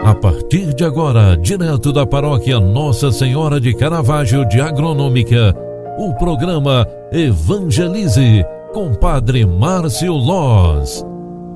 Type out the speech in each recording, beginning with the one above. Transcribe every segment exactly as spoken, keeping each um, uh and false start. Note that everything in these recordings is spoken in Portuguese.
A partir de agora, direto da paróquia Nossa Senhora de Caravaggio de Agronômica, o programa Evangelize, com Padre Márcio Loz.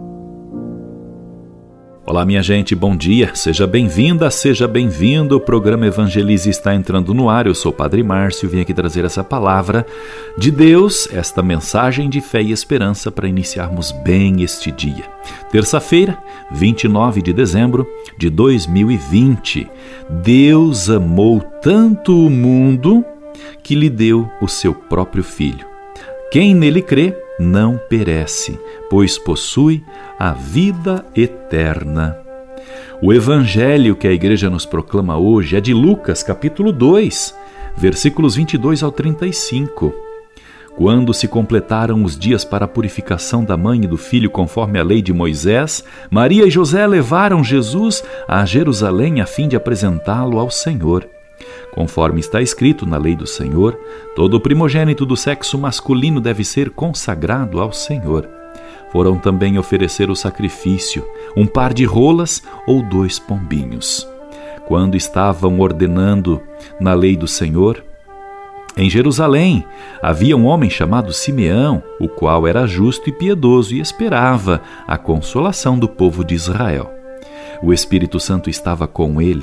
Olá, minha gente, bom dia, seja bem-vinda, seja bem-vindo, o programa Evangelize está entrando no ar, eu sou o Padre Márcio, vim aqui trazer essa palavra de Deus, esta mensagem de fé e esperança para iniciarmos bem este dia. Terça-feira, vinte e nove de dezembro de dois mil e vinte, Deus amou tanto o mundo que lhe deu o seu próprio Filho. Quem nele crê não perece, pois possui a vida eterna. O evangelho que a igreja nos proclama hoje é de Lucas, capítulo dois, versículos vinte e dois ao trinta e cinco. Quando se completaram os dias para a purificação da mãe e do filho conforme a lei de Moisés, Maria e José levaram Jesus a Jerusalém a fim de apresentá-lo ao Senhor. Conforme está escrito na lei do Senhor, todo primogênito do sexo masculino deve ser consagrado ao Senhor. Foram também oferecer o sacrifício, um par de rolas ou dois pombinhos. Quando estavam ordenando na lei do Senhor, em Jerusalém havia um homem chamado Simeão, o qual era justo e piedoso e esperava a consolação do povo de Israel. O Espírito Santo estava com ele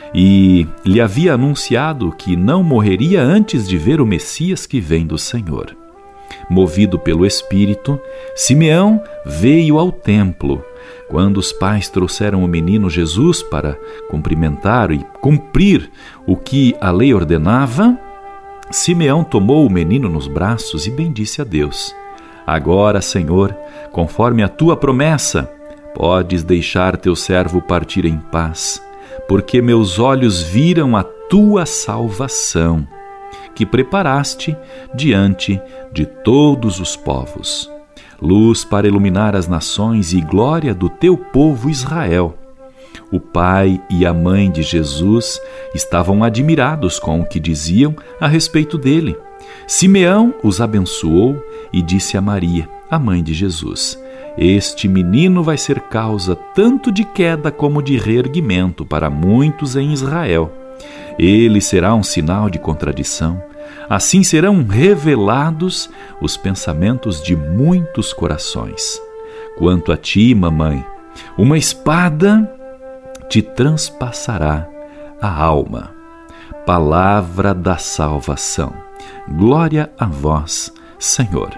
e lhe havia anunciado que não morreria antes de ver o Messias que vem do Senhor. Movido pelo Espírito, Simeão veio ao templo. Quando os pais trouxeram o menino Jesus para cumprimentar e cumprir o que a lei ordenava, Simeão tomou o menino nos braços e bendisse a Deus. Agora, Senhor, conforme a tua promessa, podes deixar teu servo partir em paz, porque meus olhos viram a tua salvação, que preparaste diante de todos os povos, luz para iluminar as nações e glória do teu povo Israel. O pai e a mãe de Jesus estavam admirados com o que diziam a respeito dele. Simeão os abençoou e disse a Maria, a mãe de Jesus: este menino vai ser causa tanto de queda como de reerguimento para muitos em Israel. Ele será um sinal de contradição. Assim serão revelados os pensamentos de muitos corações. Quanto a ti, mamãe, uma espada te transpassará a alma. Palavra da salvação. Glória a vós, Senhor.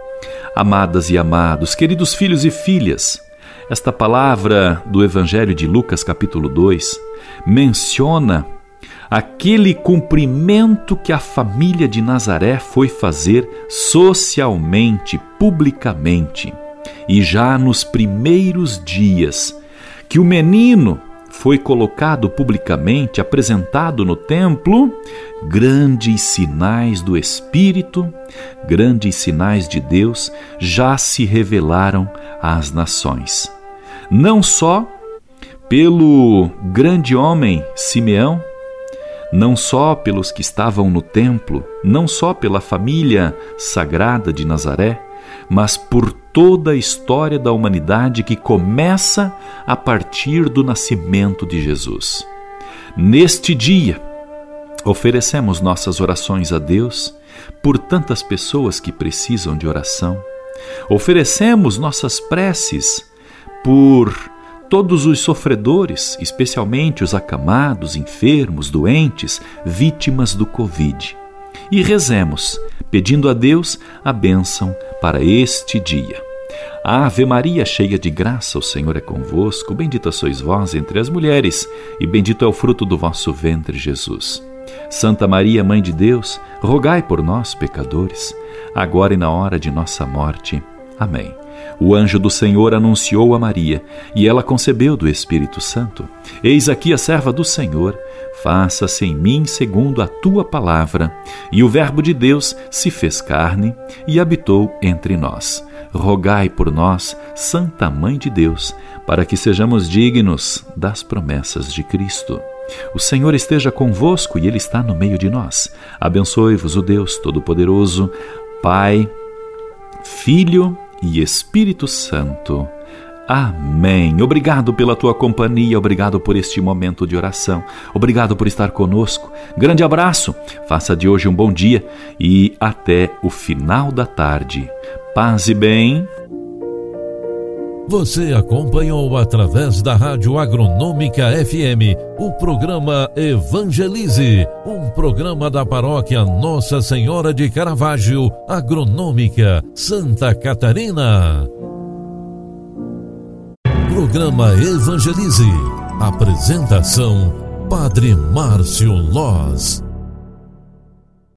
Amadas e amados, queridos filhos e filhas, esta palavra do Evangelho de Lucas, capítulo dois, menciona aquele cumprimento que a família de Nazaré foi fazer socialmente, publicamente. E já nos primeiros dias que o menino foi colocado publicamente, apresentado no templo, grandes sinais do Espírito, grandes sinais de Deus já se revelaram às nações. Não só pelo grande homem Simeão, não só pelos que estavam no templo, não só pela família sagrada de Nazaré, mas por toda a história da humanidade que começa a partir do nascimento de Jesus. Neste dia, oferecemos nossas orações a Deus por tantas pessoas que precisam de oração. Oferecemos nossas preces por todos os sofredores, especialmente os acamados, enfermos, doentes, vítimas do Covid. E rezemos, pedindo a Deus a bênção para este dia. Ave Maria, cheia de graça, o Senhor é convosco, bendita sois vós entre as mulheres, e bendito é o fruto do vosso ventre, Jesus. Santa Maria, Mãe de Deus, rogai por nós, pecadores, agora e na hora de nossa morte. Amém. O anjo do Senhor anunciou a Maria, e ela concebeu do Espírito Santo. Eis aqui a serva do Senhor, faça-se em mim segundo a tua palavra. E o Verbo de Deus se fez carne e habitou entre nós. Rogai por nós, Santa Mãe de Deus, para que sejamos dignos das promessas de Cristo. O Senhor esteja convosco e Ele está no meio de nós. Abençoe-vos o Deus Todo-Poderoso, Pai, Filho e Espírito Santo. Amém. Obrigado pela tua companhia, obrigado por este momento de oração, obrigado por estar conosco. Grande abraço, faça de hoje um bom dia e até o final da tarde. Paz e bem. Você acompanhou através da Rádio Agronômica F M o programa Evangelize, um programa da paróquia Nossa Senhora de Caravaggio, Agronômica, Santa Catarina. Programa Evangelize. Apresentação: Padre Márcio Loz.